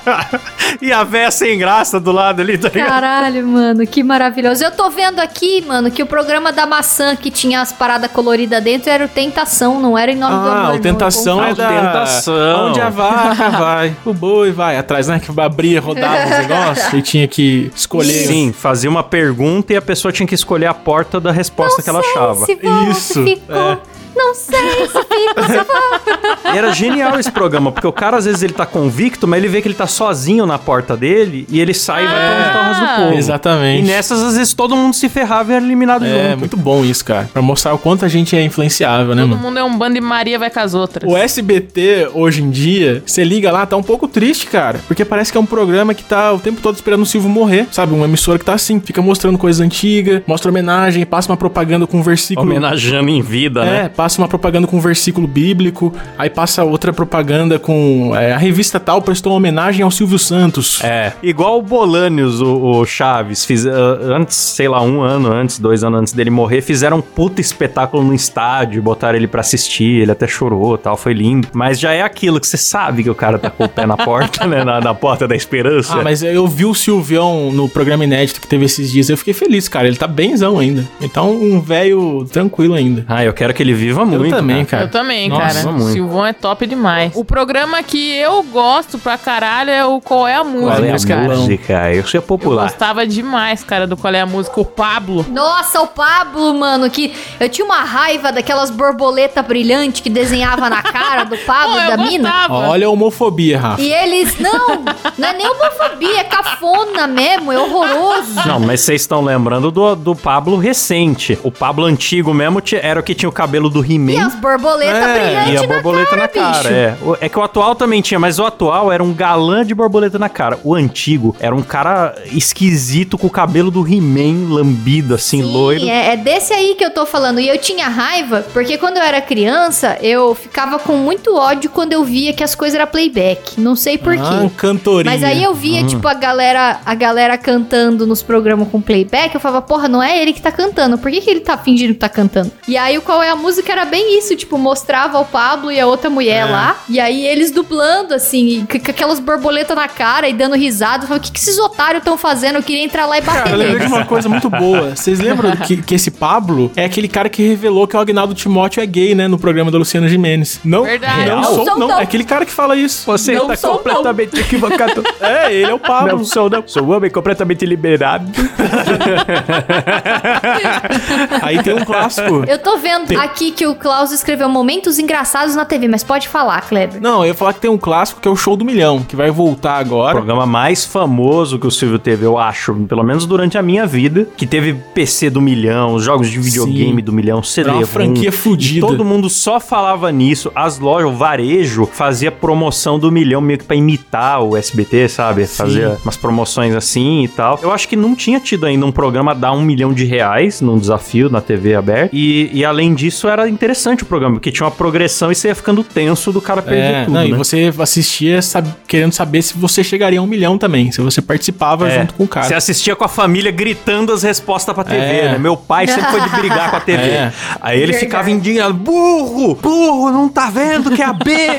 E a véia sem graça do lado ali, tá ligado? Caralho, mano, que maravilhoso. Eu tô vendo aqui, mano, que o programa da maçã que tinha as paradas coloridas dentro era o Tentação, não era Em Nome do Amor. Ah, o não, Tentação eu é da... Tentação. Onde a vaca vai, o boi vai atrás, né? Que abria, rodava os negócios e tinha que escolher. Sim, fazia uma pergunta e a pessoa tinha que escolher a porta da resposta não que ela sei achava. Se volta, Isso, ficou. é. Não sei se fica, se volta. E era genial esse programa, porque o cara às vezes ele tá convicto, mas ele vê que ele tá sozinho na porta dele e ele sai e vai pra onde tá o resto do povo. Exatamente. E nessas, às vezes, todo mundo se ferrava e era eliminado É, junto. muito bom isso, cara. Pra mostrar o quanto a gente é influenciável, né, Todo mano? mundo é um bando de Maria vai com as outras. O S B T, hoje em dia, você liga lá, tá um pouco triste, cara. Porque parece que é um programa que tá o tempo todo esperando o Silvio morrer, sabe? Uma emissora que tá assim, fica mostrando coisas antigas, mostra homenagem, passa uma propaganda com um versículo... Homenageando em vida, É, né? passa uma propaganda com um versículo bíblico, aí passa outra propaganda com é, a revista tal prestou uma homenagem ao Silvio Santos. É, igual o Bolanios, o, o Chaves, fiz, uh, antes, sei lá, um ano antes, dois anos antes dele morrer, fizeram um puta espetáculo no estádio, botaram ele pra assistir, ele até chorou e tal, foi lindo. Mas já é aquilo que você sabe que o cara tá com o pé na porta, né, na, na porta da esperança. Ah, mas eu vi o Silvião no programa inédito que teve esses dias, eu fiquei feliz, cara, ele tá benzão ainda. Então, um velho tranquilo ainda. Ah, eu quero que ele viva Eu muito, também, cara. cara. Eu também, Nossa, cara. muito. O Silvão é top demais. O programa que eu gosto pra caralho é o Qual é a Música, Qual é a cara. música? Isso é Eu popular. gostava demais, cara, do Qual é a Música. O Pablo. Nossa, o Pablo, mano, que eu tinha uma raiva daquelas borboletas brilhantes que desenhava na cara do Pablo, Pô, eu da mina. gostava. Olha a homofobia, Rafa. E eles, não, não é nem homofobia, é cafona mesmo, é horroroso. Não, mas vocês estão lembrando do, do Pablo recente. O Pablo antigo mesmo ti- era o que tinha o cabelo do E He-Man. as borboletas É, brilhantes E a na borboleta cara, na cara, bicho. é. O- É que o atual também tinha, mas o atual era um galã de borboleta na cara. O antigo era um cara esquisito com o cabelo do He-Man lambido, assim, Sim, loiro. é, é desse aí que eu tô falando. E eu tinha raiva, porque quando eu era criança, eu ficava com muito ódio quando eu via que as coisas eram playback. Não sei por Ah, quê. cantoria. Mas aí eu via, Hum. tipo, a galera, a galera cantando nos programas com playback. Eu falava, porra, não é ele que tá cantando. Por que, que ele tá fingindo que tá cantando? E aí, o Qual é a Música era bem isso. Tipo, mostrava o Pablo e a outra mulher É. lá. E aí, eles dublando, assim, e com com aquelas borboletas na cara e dando risada. Eu falava, o que, que esses otários estão fazendo? Eu queria entrar lá e bater Cara, eu lembrei de neles. uma coisa muito boa. Vocês lembram que, que esse Pablo é aquele cara que revelou que o Agnaldo Timóteo é gay, né? No programa da Luciana Gimenez. Não, Verdade. não Real? sou, Sou não. não. É aquele cara que fala isso. Você Não tá sou, não. completamente equivocado. É, ele é o Pablo. Não sou, não. Sou um homem completamente liberado. Aí tem um clássico. Eu tô vendo Tem- aqui que o Klaus escreveu momentos engraçados na T V, mas pode falar, Kleber. Não, eu ia falar que tem um clássico que é o Show do Milhão, que vai voltar O agora. programa mais famoso que o Silvio teve, eu acho, pelo menos durante a minha vida, que teve P C do milhão, os jogos de videogame Sim. do milhão, C D Era uma ROM. franquia fudida. Todo mundo só falava nisso. As lojas, o varejo, fazia promoção do milhão meio que pra imitar o S B T, sabe? Sim. Fazia umas promoções assim e tal. Eu acho que não tinha tido ainda um programa dar um milhão de reais num desafio na T V aberta. E, e além disso, era interessante o programa, porque tinha uma progressão e você ia ficando tenso do cara perder É, tudo, não, e né? você assistia sab- querendo saber se você chegaria a um milhão também, se você participava É, junto com o cara. Você assistia com a família gritando as respostas pra T V, É. né? Meu pai sempre foi de brigar com a T V. É. Aí ele Verdade. ficava indignado. Burro! Burro, não tá vendo que é a B?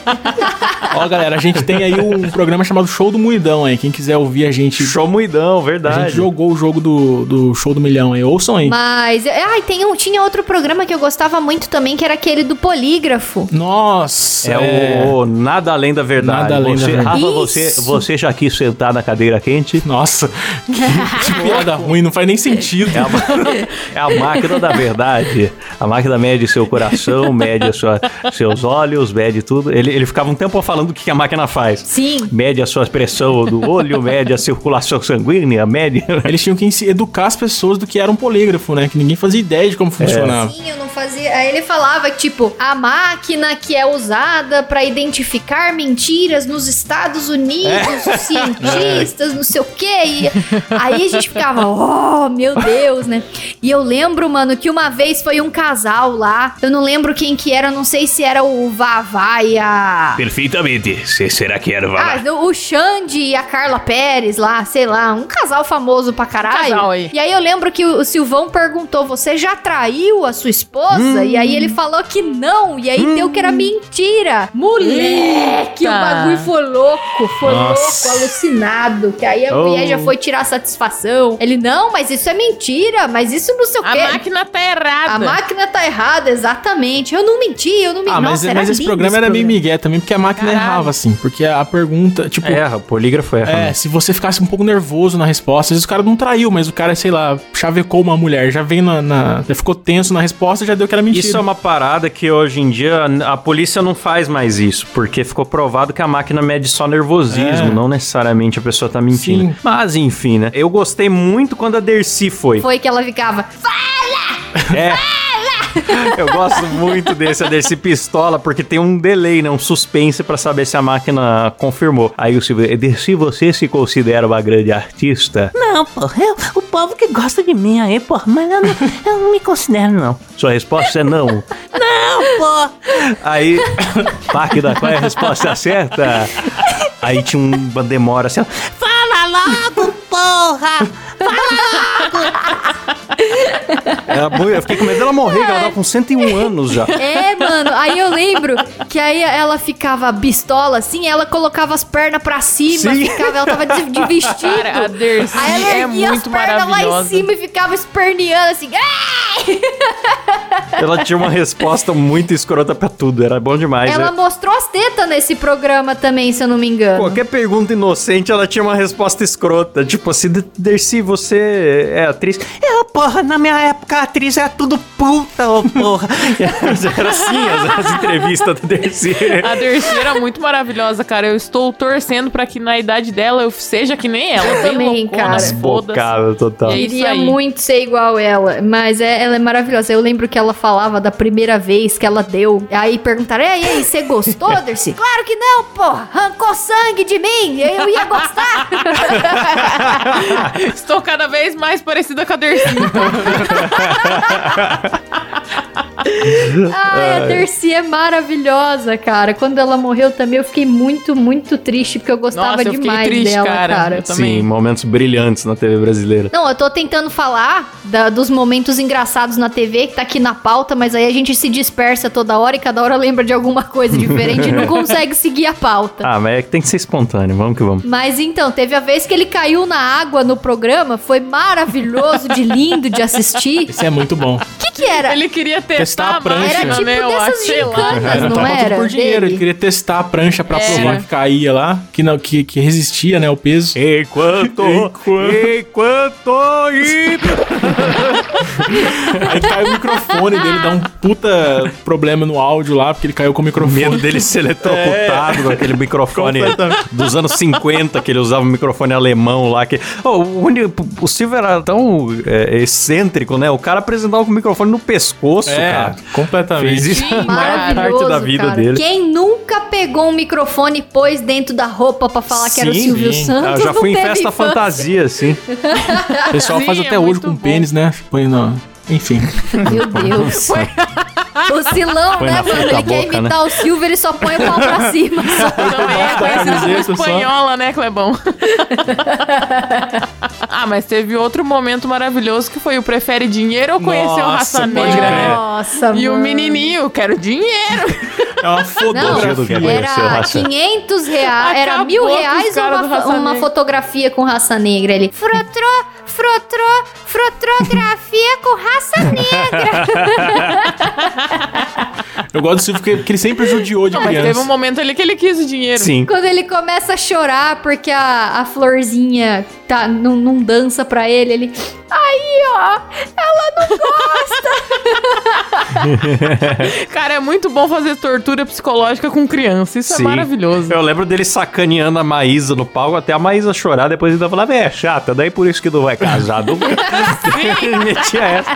Ó, galera, a gente tem aí um programa chamado Show do Muidão aí. Quem quiser ouvir a gente. Show muidão, A verdade. gente jogou o jogo do, do Show do Milhão aí. Ouçam aí. Mas, ai, tem um, tinha outro programa que eu gostava muito também, que era aquele do polígrafo. Nossa. É, o, o Nada Além da Verdade. Nada Além da você, Verdade. Rafa, você, Isso. você já quis sentar na cadeira quente? Nossa, que, que piada ruim, não faz nem sentido. É a, ma- é a máquina da verdade. A máquina mede seu coração, mede a sua, seus olhos, mede tudo. Ele, ele ficava um tempo falando o que a máquina faz. Sim. Mede a sua pressão do olho, mede a circulação sanguínea, mede... Eles tinham que ensi- educar as pessoas do que era um polígrafo, né? Que ninguém fazia ideia de como funcionava. Sim, eu não fazia. Aí ele falava que, tipo, a máquina que é usada pra identificar mentiras nos Estados Unidos, os cientistas, não sei o quê. E aí a gente ficava, oh, meu Deus, né? E eu lembro, mano, que uma vez foi um casal lá. Eu não lembro quem que era, eu não sei se era o Vavá e a. Perfeitamente. Se, será que era? Ah, o Xande e a Carla Pérez lá, sei lá, um casal famoso pra caralho. casal aí. E aí eu lembro que o, o Silvão perguntou: você já traiu a sua esposa? E aí ele falou que não. E aí deu que era mentira. mentira. Moleque, Eita. o bagulho foi louco, foi Nossa. louco, alucinado. Que aí a Oh. mulher já foi tirar satisfação. Ele, não, mas isso é mentira, mas isso não sei o A quê. máquina tá errada. A máquina tá errada, exatamente. Eu não menti, eu não menti. Ah, mas, Nossa, mas era esse lindo programa era meio migué também, porque a máquina Caralho. errava, assim. Porque a pergunta, tipo... Erra, o polígrafo erra. É, né? se você ficasse um pouco nervoso na resposta, às vezes o cara não traiu, mas o cara, sei lá, chavecou uma mulher, já veio na, na- já ficou tenso na resposta, já deu que era mentira. Isso é uma parada que hoje em dia a polícia não faz mais isso, porque ficou provado que a máquina mede só nervosismo, É. não necessariamente a pessoa tá mentindo. Sim. Mas enfim, né? Eu gostei muito quando a Dercy foi. Foi que ela ficava... É. Eu gosto muito desse, a Dercy pistola, porque tem um delay, né? Um suspense pra saber se a máquina confirmou. Aí o Silvio, Dercy, você se considera uma grande artista? Não, pô, eu, o povo que gosta de mim aí, pô, mas eu não, eu não me considero, não. Sua resposta é não. Não, pô. Aí, máquina, qual é a resposta certa? Aí tinha uma demora assim, ó. Fala logo, porra. Era muito- eu fiquei com medo dela morrer, que ela tava com cento e um anos já. É, mano, aí eu lembro que aí ela ficava bistola assim, ela colocava as pernas pra cima, Sim. ficava, ela tava de, de vestido. Cara, a Dercy Aí ela é erguia muito as pernas lá em maravilhosa. cima e ficava esperneando assim. "Ai!" Ela tinha uma resposta muito escrota pra tudo, era bom demais. Ela Eu- mostrou as tetas nesse programa também, se eu não me engano. Qualquer pergunta inocente, ela tinha uma resposta escrota. Tipo assim, Dercy, você é atriz? Eu, porra, na minha época a atriz era tudo puta, ô porra. Era assim as, as entrevistas da Dercy. A Dercy era muito maravilhosa, cara. Eu estou torcendo pra que na idade dela eu seja que nem ela. Eu bem também, loucona, cara. foda-se. Bocada total. E aí- Queria aí. muito ser igual ela, mas é, ela é maravilhosa. Eu lembro que ela falava da primeira vez que ela deu. Aí perguntaram: e aí, você gostou, Dercy? Claro que não, porra! Arrancou sangue de mim! Eu ia gostar! Estou cada vez mais parecida com a Dercy. Ai, a Dercy é maravilhosa, cara. Quando ela morreu também, eu fiquei muito, muito triste, porque eu gostava Nossa, eu fiquei demais triste, dela, cara. cara. Eu também. Sim, momentos brilhantes na T V brasileira. Não, eu tô tentando falar da- dos momentos engraçados na T V, que tá aqui na pauta, mas aí a gente se dispersa toda hora e cada hora lembra de alguma coisa diferente e não consegue seguir a pauta. Ah, mas é que tem que ser espontâneo, vamos que vamos. Mas então, teve a vez que ele caiu na água no programa, foi maravilhoso, de lindo de assistir. Esse é muito bom. O que que era? Ele queria testar, Testar a a prancha. máquina, Era tipo né? Eu dessas acho, sei lá. gincanas. Mas Era, não tava era tudo por dinheiro, dele? ele queria testar a prancha pra Era. provar que caía lá, que, não, que, que resistia, né, o peso. Enquanto, enquanto, Aí cai o microfone dele, dá um puta problema no áudio lá, porque ele caiu com o o microfone. medo dele ser eletrocutado com aquele microfone dos anos cinquenta, que ele usava um microfone alemão lá. Que, oh, o, único- o Silvio era tão é, excêntrico, né? O cara apresentava com o microfone no pescoço, É, cara. completamente. Fez isso Sim, a maior Maravilhoso, parte da vida cara. dele. Quem nunca pegou um microfone e pôs dentro da roupa pra falar que era o Sim, Silvio sim. Santos? Eu já não fui em teve festa infância. fantasia, assim. O pessoal Sim, faz é até hoje muito com bom. pênis, né? Põe no... Enfim. Meu Deus. O Silão, Põe né, na mano? frente Ele da quer boca, imitar o Silvio, ele só põe o pau pra cima. Só. Também é conhecida como camiseta só. espanhola, né, Clebão? Ah, mas teve outro momento maravilhoso que foi o Prefere Dinheiro ou Conhecer o Nossa, Raça pode Negra, crer. né? Nossa, E o mano. menininho, quero dinheiro. É uma Não, fotografia. do que é conhecer o era Raça. quinhentos reais, era Acabou mil com os reais caras do uma, Raça uma Negra. fotografia com raça negra. Ele, frotrô, frotrô, frotrografia com raça negra. Eu gosto do Silvio porque, porque ele sempre judiou de Não, mas criança. teve um momento ali que ele quis o dinheiro. Sim. Quando ele começa a chorar porque a, a florzinha tá, não, não dança pra ele, ele... Aí, ó, ela não Cara, é muito bom fazer tortura psicológica com criança. Isso Sim. é maravilhoso. Eu lembro dele sacaneando a Maísa no palco, até a Maísa chorar, depois ele falava, é chata, daí por isso que não vai casar. Nunca ele metia essa.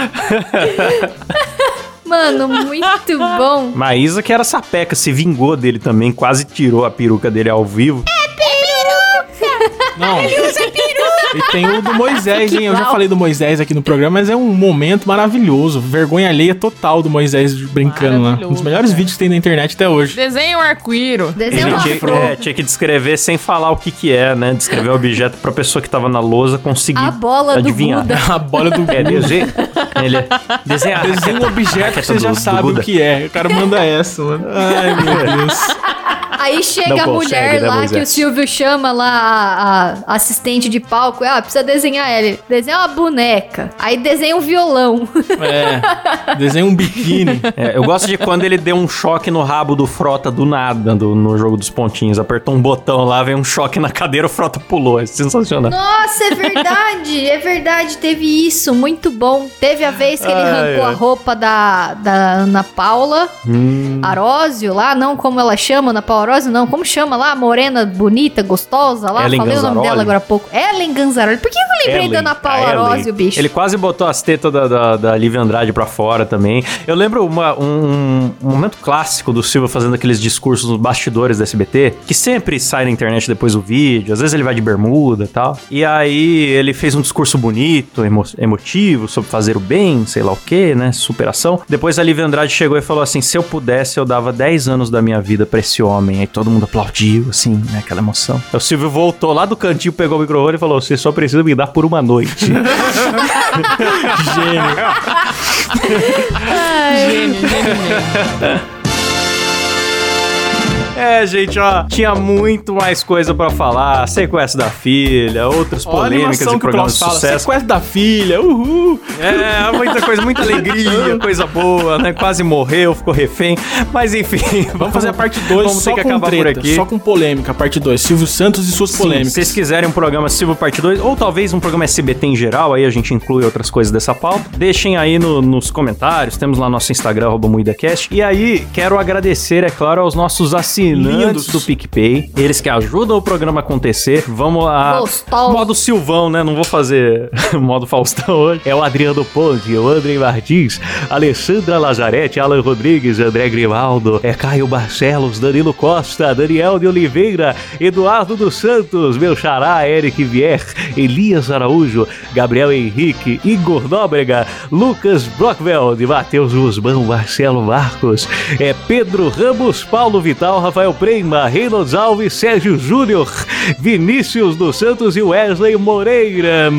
Mano, muito bom. Maísa, que era sapeca, se vingou dele também, quase tirou a peruca dele ao vivo. Não, E tem o do Moisés, hein? Eu já falei do Moisés aqui no programa, mas é um momento maravilhoso. Vergonha alheia total do Moisés brincando lá. Um dos melhores vídeos que tem na internet até hoje. Desenha um arco-íro. Desenha uma Tinha, flor. é, tinha que descrever sem falar o que que é, né? Descrever o objeto pra pessoa que tava na lousa conseguir A bola do adivinhar. Buda. A bola do É, desenha. Ele desenha, Desenha um objeto que você já sabe o que é. O cara manda essa, mano. Ai, meu Deus. Aí chega Não a consegue, mulher né, lá Moisés? que o Silvio chama lá a, a assistente de palco. Ah, precisa desenhar ela. Desenha uma boneca. Aí desenha um violão. É. Desenha um biquíni. É, eu gosto de quando ele deu um choque no rabo do Frota do nada do- no jogo dos pontinhos. Apertou um botão lá, veio um choque na cadeira, o Frota pulou. É sensacional. Nossa, é verdade. É verdade, teve isso. Muito bom. Teve a vez que ele Ai, arrancou ai. a roupa da, da Ana Paula Arósio lá. Não como ela chama, Ana Paula Arósio, não. Como chama lá? Morena, bonita, gostosa lá. Ellen Falei o nome Ganzaroli. dela agora há pouco. Ellen Ganzaroli. Por que eu lembrei Ellen, da Ana Paula a Ellen. Arósio, bicho? Ele quase botou as tetas da, da, da Lívia Andrade pra fora também. Eu lembro uma- um, um momento clássico do Silvio fazendo aqueles discursos nos bastidores da S B T, que sempre sai na internet depois do vídeo, às vezes ele vai de bermuda e tal. E aí ele fez um discurso bonito, emo- emotivo, sobre fazer o bem, sei lá o que, né, superação. Depois a Lívia Andrade chegou e falou assim, se eu pudesse eu dava dez anos da minha vida pra esse homem. Aí todo mundo aplaudiu, assim, né, aquela emoção. Aí o Silvio voltou lá do cantinho, pegou o microfone e falou, você só precisa me dar por uma noite. Gênio. Gênio, gênio, gênio. É, gente, ó, tinha muito mais coisa pra falar. Sequestro da filha, outras Ó, a polêmicas animação e que o programas de Klaus fala. sucesso. Sequestro da filha, uhul. É, muita coisa, muita alegria, coisa boa, né? Quase morreu, ficou refém. Mas enfim, Vamos fazer a parte dois vamos só ter que com acabar por treta, aqui. só com polêmica, parte dois. Silvio Santos e suas Sim, polêmicas. se vocês quiserem um programa Silvio Parte dois, ou talvez um programa S B T em geral, aí a gente inclui outras coisas dessa pauta, deixem aí no- nos comentários, temos lá nosso Instagram, arroba MuidaCast. E aí, quero agradecer, é claro, aos nossos assinantes Lindos. do PicPay, eles que ajudam o programa a acontecer. Vamos lá. Gostoso. Modo Silvão, né? Não vou fazer modo Faustão hoje. É o Adriano Ponte, o André Martins, Alessandra Lazarete, Alan Rodrigues, André Grimaldo, é Caio Barcelos, Danilo Costa, Daniel de Oliveira, Eduardo dos Santos, meu xará, Eric Vier, Elias Araújo, Gabriel Henrique, Igor Nóbrega, Lucas Brockveld, Matheus Guzmão, Marcelo Marcos, é Pedro Ramos, Paulo Vital, Rafael Prema, Reynolds Alves, Sérgio Júnior, Vinícius dos Santos e Wesley Moreira.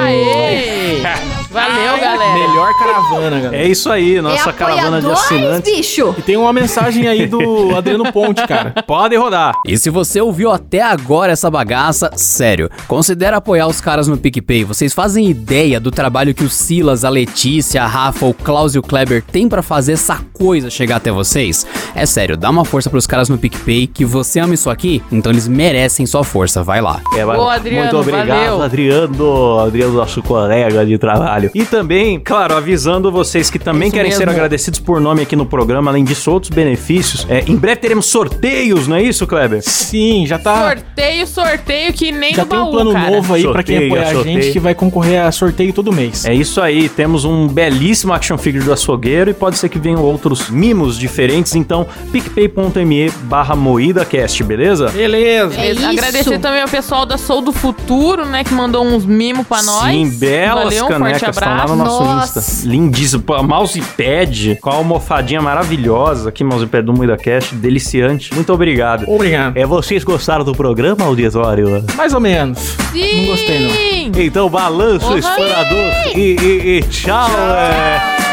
Aê! Valeu, galera. Melhor caravana, galera. É isso aí, nossa é caravana de apoiadores, assinantes. bicho. E tem uma mensagem aí do Adriano Ponte, cara. Pode rodar. E se você ouviu até agora essa bagaça, sério, considera apoiar os caras no PicPay. Vocês fazem ideia do trabalho que o Silas, a Letícia, a Rafa, o Klaus e o Kleber têm pra fazer essa coisa chegar até vocês? É sério, dá uma força pros caras no PicPay, que você ama isso aqui, então eles merecem sua força, vai lá. É, vai- Boa, Adriano, muito obrigado, valeu. Adriano. Adriano, nosso colega de trabalho. E também, claro, avisando vocês que também Isso querem ser mesmo. agradecidos por nome aqui no programa, além disso, outros benefícios. É, em breve teremos sorteios, não é isso, Kleber? Sim, já tá... Sorteio, sorteio que nem Já no tem um baú, plano cara. novo aí pra quem Sorteio, apoiar a sorteio. gente, que vai concorrer a sorteio todo mês. É isso aí, temos um belíssimo action figure do açougueiro e pode ser que venham outros mimos diferentes, então picpay.me barra moídacast, beleza? Beleza. É isso. Agradecer também ao pessoal da Soul do Futuro, né, que mandou uns mimos pra nós. Sim, belas Valeu, um forte canecas, estão lá abraço. no nosso Nossa. Insta. Lindíssimo. Pô, mousepad com a almofadinha maravilhosa. Aqui, mousepad do MuidaCast, deliciante. Muito obrigado. Obrigado. É, vocês gostaram do programa, auditório? Mais ou menos. Sim. Não gostei, não. Então, balanço, Oi. explorador e, e- e tchau. É.